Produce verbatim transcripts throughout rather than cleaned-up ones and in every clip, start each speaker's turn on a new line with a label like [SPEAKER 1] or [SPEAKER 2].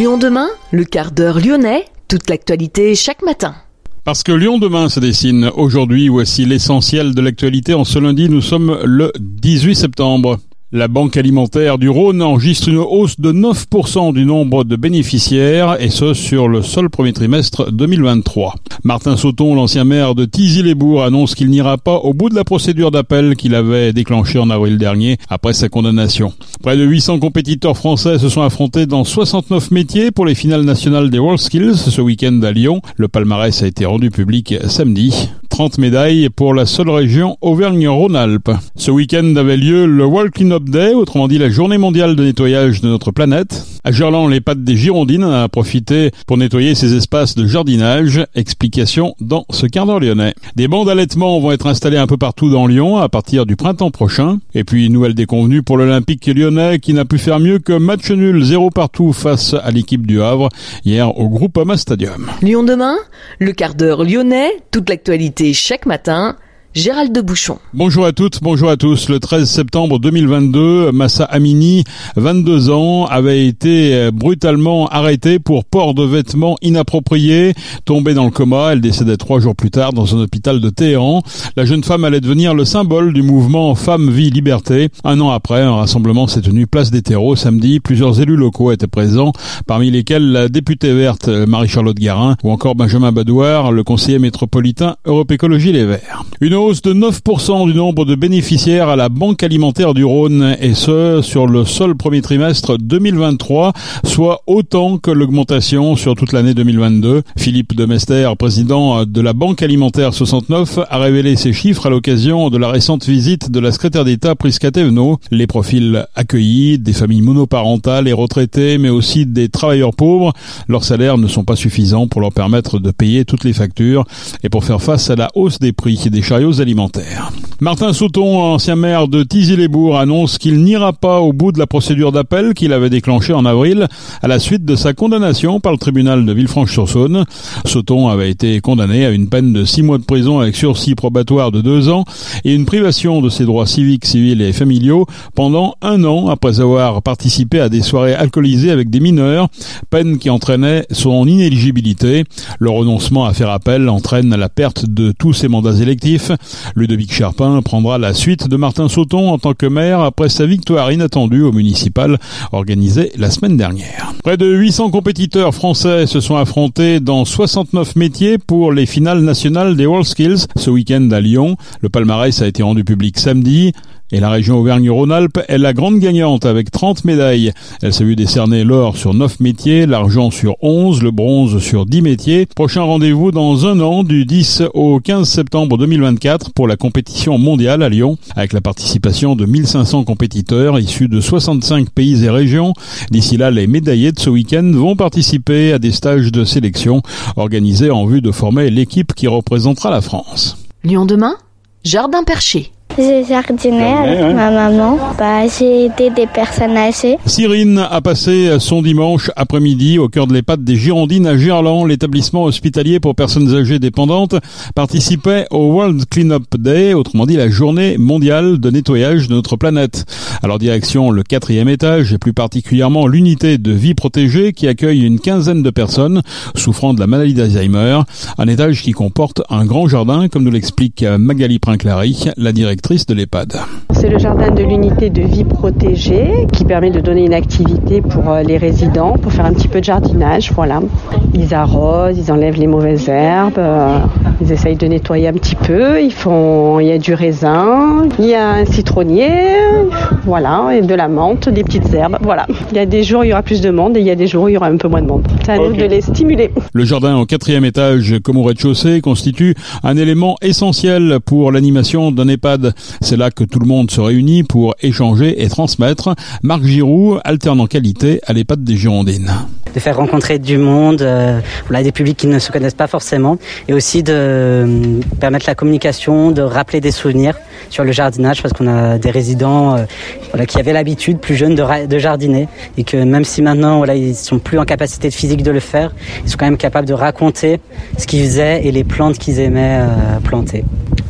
[SPEAKER 1] Lyon demain, le quart d'heure lyonnais, toute l'actualité chaque matin.
[SPEAKER 2] Parce que Lyon demain se dessine aujourd'hui, voici l'essentiel de l'actualité. En ce lundi, nous sommes le dix-huit septembre. La Banque alimentaire du Rhône enregistre une hausse de neuf pour cent du nombre de bénéficiaires, et ce sur le seul premier trimestre deux mille vingt-trois. Martin Sauton, l'ancien maire de Thizy-les-Bourgs, annonce qu'il n'ira pas au bout de la procédure d'appel qu'il avait déclenchée en avril dernier après sa condamnation. Près de huit cents compétiteurs français se sont affrontés dans soixante-neuf métiers pour les finales nationales des WorldSkills ce week-end à Lyon. Le palmarès a été rendu public samedi. trente médailles pour la seule région Auvergne-Rhône-Alpes. Ce week-end avait lieu le World Cleanup Day, autrement dit la journée mondiale de nettoyage de notre planète. À Gerland, les pattes des Girondines a profité pour nettoyer ces espaces de jardinage. Explication dans ce quart d'heure lyonnais. Des bancs d'allaitement vont être installés un peu partout dans Lyon à partir du printemps prochain. Et puis, nouvelle déconvenue pour l'Olympique lyonnais qui n'a pu faire mieux que match nul zéro partout face à l'équipe du Havre hier au Groupama Stadium.
[SPEAKER 1] Lyon demain, le quart d'heure lyonnais, toute l'actualité chaque matin. Gérald de Bouchon.
[SPEAKER 2] Bonjour à toutes, bonjour à tous. Le treize septembre deux mille vingt-deux, Massa Amini, vingt-deux ans, avait été brutalement arrêtée pour port de vêtements inappropriés. Tombée dans le coma, elle décédait trois jours plus tard dans un hôpital de Téhéran. La jeune femme allait devenir le symbole du mouvement Femmes, Vie, Liberté. Un an après, un rassemblement s'est tenu place des Terreaux samedi. Plusieurs élus locaux étaient présents, parmi lesquels la députée verte Marie-Charlotte Garin ou encore Benjamin Badouard, le conseiller métropolitain Europe Écologie Les Verts. Une hausse de neuf pour cent du nombre de bénéficiaires à la Banque alimentaire du Rhône, et ce sur le seul premier trimestre deux mille vingt-trois, soit autant que l'augmentation sur toute l'année deux mille vingt-deux. Philippe Demester, président de la Banque alimentaire soixante-neuf, a révélé ces chiffres à l'occasion de la récente visite de la secrétaire d'État Prisca Thévenot. Les profils accueillis, des familles monoparentales et retraités, mais aussi des travailleurs pauvres, leurs salaires ne sont pas suffisants pour leur permettre de payer toutes les factures et pour faire face à la hausse des prix des chariots alimentaire. Martin Sauton, ancien maire de Thizy-les-Bourgs, annonce qu'il n'ira pas au bout de la procédure d'appel qu'il avait déclenchée en avril à la suite de sa condamnation par le tribunal de Villefranche-sur-Saône. Sauton avait été condamné à une peine de six mois de prison avec sursis probatoire de deux ans et une privation de ses droits civiques, civils et familiaux pendant un an après avoir participé à des soirées alcoolisées avec des mineurs, peine qui entraînait son inéligibilité. Le renoncement à faire appel entraîne la perte de tous ses mandats électifs. Ludovic Charpin prendra la suite de Martin Sauton en tant que maire après sa victoire inattendue au municipal organisée la semaine dernière. Près de huit cents compétiteurs français se sont affrontés dans soixante-neuf métiers pour les finales nationales des WorldSkills ce week-end à Lyon. Le palmarès a été rendu public samedi. Et la région Auvergne-Rhône-Alpes est la grande gagnante avec trente médailles. Elle s'est vue décerner l'or sur neuf métiers, l'argent sur onze, le bronze sur dix métiers. Prochain rendez-vous dans un an du dix au quinze septembre deux mille vingt-quatre pour la compétition mondiale à Lyon avec la participation de mille cinq cents compétiteurs issus de soixante-cinq pays et régions. D'ici là, les médaillés de ce week-end vont participer à des stages de sélection organisés en vue de former l'équipe qui représentera la France.
[SPEAKER 1] Lyon demain, Jardin Perché.
[SPEAKER 3] J'ai jardiné avec ouais. ma maman. Bah, j'ai aidé des personnes âgées.
[SPEAKER 2] Cyrine a passé son dimanche après-midi au cœur de l'EHPAD des Girondines à Gerland. L'établissement hospitalier pour personnes âgées dépendantes participait au World Cleanup Day, autrement dit la journée mondiale de nettoyage de notre planète. À leur direction, le quatrième étage et plus particulièrement l'unité de vie protégée qui accueille une quinzaine de personnes souffrant de la maladie d'Alzheimer. Un étage qui comporte un grand jardin, comme nous l'explique Magali Princlary, la directrice de l'EHPAD.
[SPEAKER 4] C'est le jardin de l'unité de vie protégée qui permet de donner une activité pour les résidents, pour faire un petit peu de jardinage. Voilà. Ils arrosent, ils enlèvent les mauvaises herbes, euh, ils essayent de nettoyer un petit peu. Ils font, il y a du raisin, il y a un citronnier, voilà, et de la menthe, des petites herbes. Voilà. Il y a des jours où il y aura plus de monde et il y a des jours où il y aura un peu moins de monde. C'est à okay. nous de les stimuler.
[SPEAKER 2] Le jardin au quatrième étage, comme au rez-de-chaussée, constitue un élément essentiel pour l'animation d'un EHPAD. C'est là que tout le monde se réunit pour échanger et transmettre. Marc Giroux, alternant qualité à l'EHPAD des Girondines.
[SPEAKER 5] De faire rencontrer du monde, euh, voilà, des publics qui ne se connaissent pas forcément, et aussi de euh, permettre la communication, de rappeler des souvenirs sur le jardinage, parce qu'on a des résidents euh, voilà, qui avaient l'habitude, plus jeunes, de, de jardiner, et que même si maintenant voilà, ils sont plus en capacité de physique de le faire, ils sont quand même capables de raconter ce qu'ils faisaient et les plantes qu'ils aimaient euh, planter.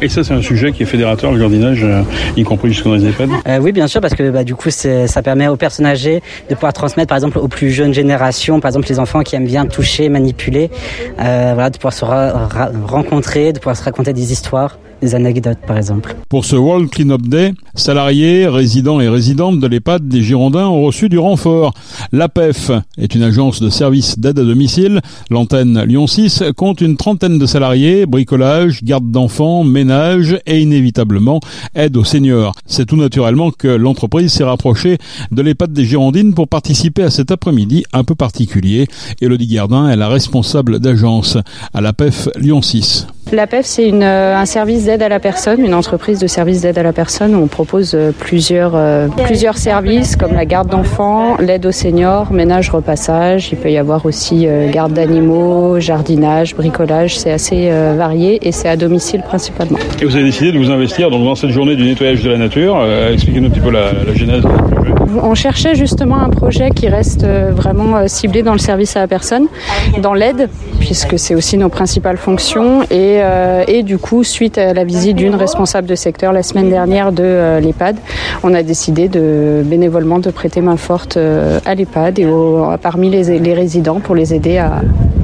[SPEAKER 2] Et ça, c'est un sujet qui est fédérateur, le jardinage, euh, y compris jusqu'à dans les EHPAD.
[SPEAKER 5] Euh, oui, bien sûr, parce que bah, du coup, c'est, ça permet aux personnes âgées de pouvoir transmettre, par exemple, aux plus jeunes générations, par exemple les enfants qui aiment bien toucher, manipuler, euh, voilà, de pouvoir se ra- ra- rencontrer, de pouvoir se raconter des histoires, des anecdotes, par exemple.
[SPEAKER 2] Pour ce World Clean-up Day, salariés, résidents et résidentes de l'EHPAD des Girondins ont reçu du renfort. L'A P E F est une agence de services d'aide à domicile. L'antenne Lyon six compte une trentaine de salariés, bricolage, garde d'enfants, ménage et inévitablement aide aux seniors. C'est tout naturellement que l'entreprise s'est rapprochée de l'EHPAD des Girondines pour participer à cet après-midi un peu particulier. Élodie Gardin est la responsable d'agence à l'A P E F Lyon six.
[SPEAKER 4] L'A P E F, c'est une, un service d'aide à la personne, une entreprise de services d'aide à la personne où on propose plusieurs, euh, plusieurs services comme la garde d'enfants, l'aide aux seniors, ménage, repassage. Il peut y avoir aussi euh, garde d'animaux, jardinage, bricolage. C'est assez euh, varié et c'est à domicile principalement.
[SPEAKER 2] Et vous avez décidé de vous investir donc, dans cette journée du nettoyage de la nature. Euh, expliquez-nous un petit peu la, la genèse de votre projet.
[SPEAKER 4] On cherchait justement un projet qui reste vraiment ciblé dans le service à la personne, dans l'aide, puisque c'est aussi nos principales fonctions. Et, euh, et du coup, suite à la visite d'une responsable de secteur la semaine dernière de euh, l'EHPAD, on a décidé de bénévolement de prêter main forte euh, à l'EHPAD et au, parmi les, les résidents pour les aider à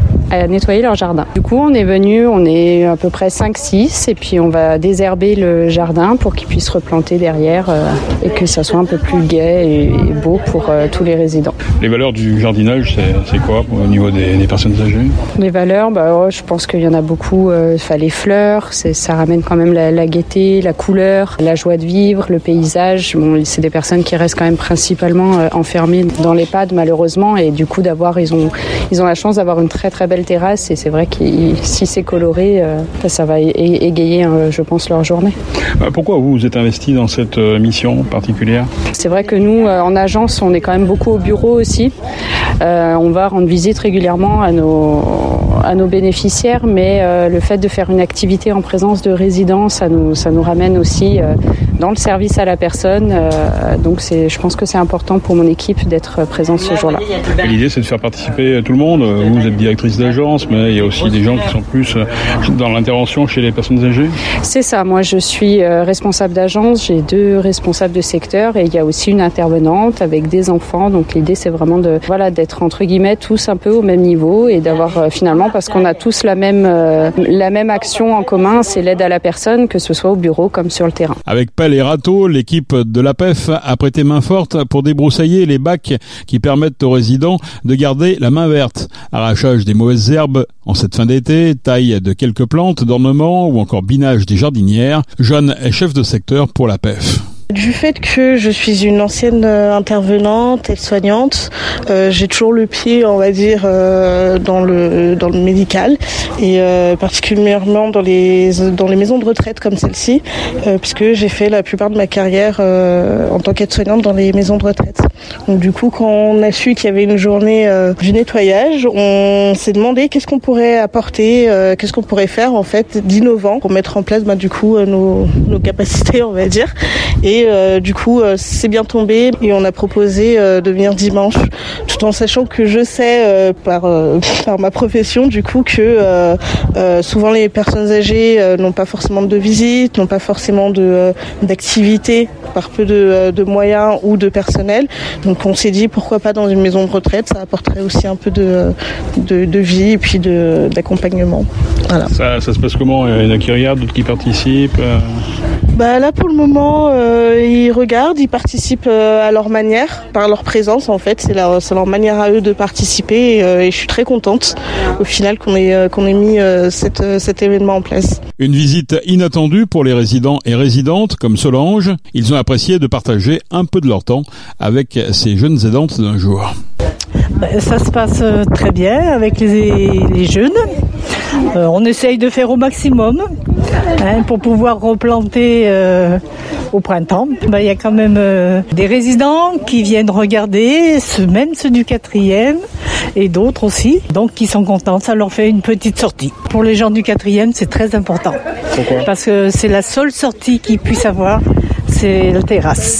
[SPEAKER 4] à nettoyer leur jardin. Du coup, on est venu, on est à peu près cinq six et puis on va désherber le jardin pour qu'ils puissent replanter derrière euh, et que ça soit un peu plus gai et, et beau pour euh, tous les résidents.
[SPEAKER 2] Les valeurs du jardinage, c'est, c'est quoi au niveau des, des personnes âgées ?
[SPEAKER 4] Les valeurs, bah, oh, je pense qu'il y en a beaucoup. Euh, les fleurs, c'est, ça ramène quand même la, la gaieté, la couleur, la joie de vivre, le paysage. Bon, c'est des personnes qui restent quand même principalement euh, enfermées dans l'EHPAD malheureusement et du coup d'avoir, ils ont, ils ont la chance d'avoir une très très belle terrasse et c'est vrai que si c'est coloré, euh, ça va égayer, euh, je pense, leur journée.
[SPEAKER 2] Pourquoi vous vous êtes investi dans cette euh, mission particulière ?
[SPEAKER 4] C'est vrai que nous, euh, en agence, on est quand même beaucoup au bureau aussi. Euh, on va rendre visite régulièrement à nos, à nos bénéficiaires, mais euh, le fait de faire une activité en présence de résidents, ça nous, ça nous ramène aussi euh, dans le service à la personne. Euh, donc c'est, je pense que c'est important pour mon équipe d'être présente ce jour-là.
[SPEAKER 2] Et l'idée, c'est de faire participer tout le monde. Vous êtes directrice d'agence, mais il y a aussi des gens qui sont plus dans l'intervention chez les personnes âgées.
[SPEAKER 4] C'est ça. Moi, je suis responsable d'agence. J'ai deux responsables de secteur et il y a aussi une intervenante avec des enfants. Donc l'idée, c'est vraiment de, voilà, d'être entre guillemets tous un peu au même niveau et d'avoir euh, finalement, parce qu'on a tous la même, euh, la même action en commun, c'est l'aide à la personne, que ce soit au bureau comme sur le terrain.
[SPEAKER 2] Avec pelle et râteau, l'équipe de l'A P E F a prêté main forte pour débroussailler les bacs qui permettent aux résidents de garder la main verte. Arrachage des mauvaises herbes en cette fin d'été, taille de quelques plantes d'ornement ou encore binage des jardinières. Jeanne est chef de secteur pour l'A P E F.
[SPEAKER 6] Du fait que je suis une ancienne intervenante, aide-soignante, euh, j'ai toujours le pied, on va dire, euh, dans le dans le médical et euh, particulièrement dans les dans les maisons de retraite comme celle-ci, euh, puisque j'ai fait la plupart de ma carrière euh, en tant qu'aide-soignante dans les maisons de retraite. Donc du coup, quand on a su qu'il y avait une journée euh, du nettoyage, on s'est demandé qu'est-ce qu'on pourrait apporter, euh, qu'est-ce qu'on pourrait faire en fait d'innovant pour mettre en place, bah, du coup, euh, nos nos capacités, on va dire. Et Euh, du coup, euh, c'est bien tombé et on a proposé euh, de venir dimanche, tout en sachant que je sais euh, par euh, par ma profession, du coup, que euh, euh, souvent les personnes âgées euh, n'ont pas forcément de visite, n'ont pas forcément de euh, d'activité, par peu de, euh, de moyens ou de personnel. Donc, on s'est dit pourquoi pas dans une maison de retraite, ça apporterait aussi un peu de de, de vie et puis de d'accompagnement. Voilà.
[SPEAKER 2] Ça, ça se passe comment ? Il y en a qui regardent, d'autres qui participent euh...
[SPEAKER 6] Bah là pour le moment euh, ils regardent, ils participent euh, à leur manière, par leur présence en fait, c'est leur, c'est leur manière à eux de participer et, euh, et je suis très contente au final qu'on ait, euh, qu'on ait mis euh, cette, euh, cet événement en place.
[SPEAKER 2] Une visite inattendue pour les résidents et résidentes comme Solange. Ils ont apprécié de partager un peu de leur temps avec ces jeunes aidantes d'un jour.
[SPEAKER 7] Ça se passe très bien avec les, les jeunes. Euh, on essaye de faire au maximum hein, pour pouvoir replanter euh, au printemps. Ben, y a quand même euh, des résidents qui viennent regarder, même ceux du quatrième et d'autres aussi, donc qui sont contents. Ça leur fait une petite sortie. Pour les gens du quatrième, c'est très important.
[SPEAKER 2] Pourquoi ?
[SPEAKER 7] Parce que c'est la seule sortie qu'ils puissent avoir, c'est la terrasse.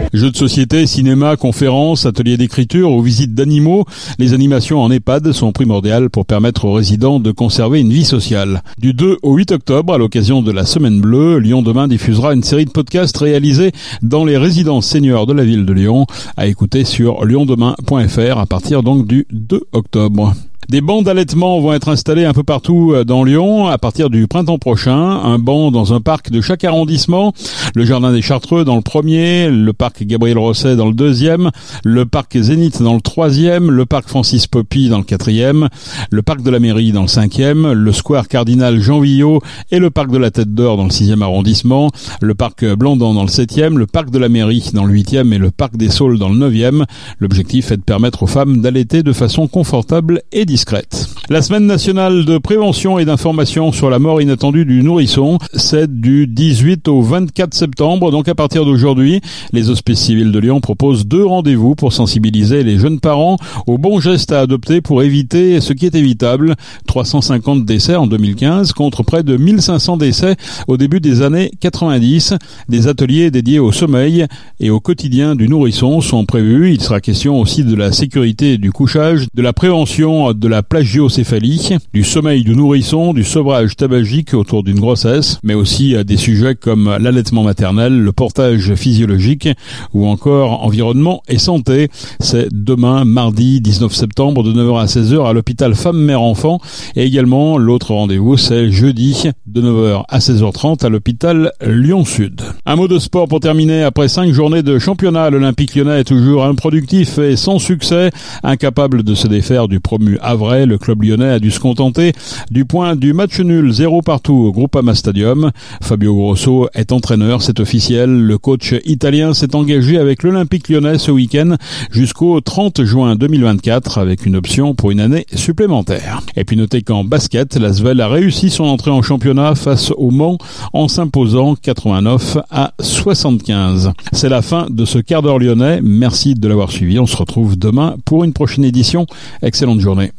[SPEAKER 2] Jeux de société, cinéma, conférences, ateliers d'écriture ou visites d'animaux, les animations en EHPAD sont primordiales pour permettre aux résidents de conserver une vie sociale. Du deux au huit octobre, à l'occasion de la Semaine Bleue, Lyon Demain diffusera une série de podcasts réalisés dans les résidences seniors de la ville de Lyon, à écouter sur lyon demain point f r à partir donc du deux octobre. Des bancs d'allaitement vont être installés un peu partout dans Lyon à partir du printemps prochain. Un banc dans un parc de chaque arrondissement. Le Jardin des Chartreux dans le premier, le parc Gabriel Rosset dans le deuxième, le parc Zénith dans le troisième, le parc Francis Poppy dans le quatrième, le parc de la Mairie dans le cinquième, le square Cardinal Jean Villot et le parc de la Tête d'Or dans le sixième arrondissement, le parc Blandan dans le septième, le parc de la Mairie dans le huitième et le parc des Saules dans le neuvième. L'objectif est de permettre aux femmes d'allaiter de façon confortable et discrète. La semaine nationale de prévention et d'information sur la mort inattendue du nourrisson, c'est du dix-huit au vingt-quatre septembre. Donc à partir d'aujourd'hui, les Hospices Civils de Lyon proposent deux rendez-vous pour sensibiliser les jeunes parents aux bons gestes à adopter pour éviter ce qui est évitable. trois cent cinquante décès en deux mille quinze contre près de mille cinq cents décès au début des années quatre-vingt-dix. Des ateliers dédiés au sommeil et au quotidien du nourrisson sont prévus. Il sera question aussi de la sécurité du couchage, de la prévention de la plagiocéphalie, du sommeil du nourrisson, du sevrage tabagique autour d'une grossesse, mais aussi des sujets comme l'allaitement maternel, le portage physiologique ou encore environnement et santé. C'est demain, mardi dix-neuf septembre, de neuf heures à seize heures à l'hôpital Femmes-Mères-Enfants. Et également, l'autre rendez-vous, c'est jeudi de neuf heures à seize heures trente à l'hôpital Lyon-Sud. Un mot de sport pour terminer. Après cinq journées de championnat, l'Olympique Lyonnais est toujours improductif et sans succès, incapable de se défaire du promu Havre. Le club lyonnais a dû se contenter du point du match nul zéro partout au Groupama Stadium. Fabio Grosso est entraîneur, c'est officiel. Le coach italien s'est engagé avec l'Olympique Lyonnais ce week-end jusqu'au trente juin deux mille vingt-quatre avec une option pour une année supplémentaire. Et puis notez qu'en basket, l'Asvel a réussi son entrée en championnat face au Mans en s'imposant quatre-vingt-neuf à soixante-quinze. C'est la fin de ce quart d'heure lyonnais. Merci de l'avoir suivi. On se retrouve demain pour une prochaine édition. Excellente journée.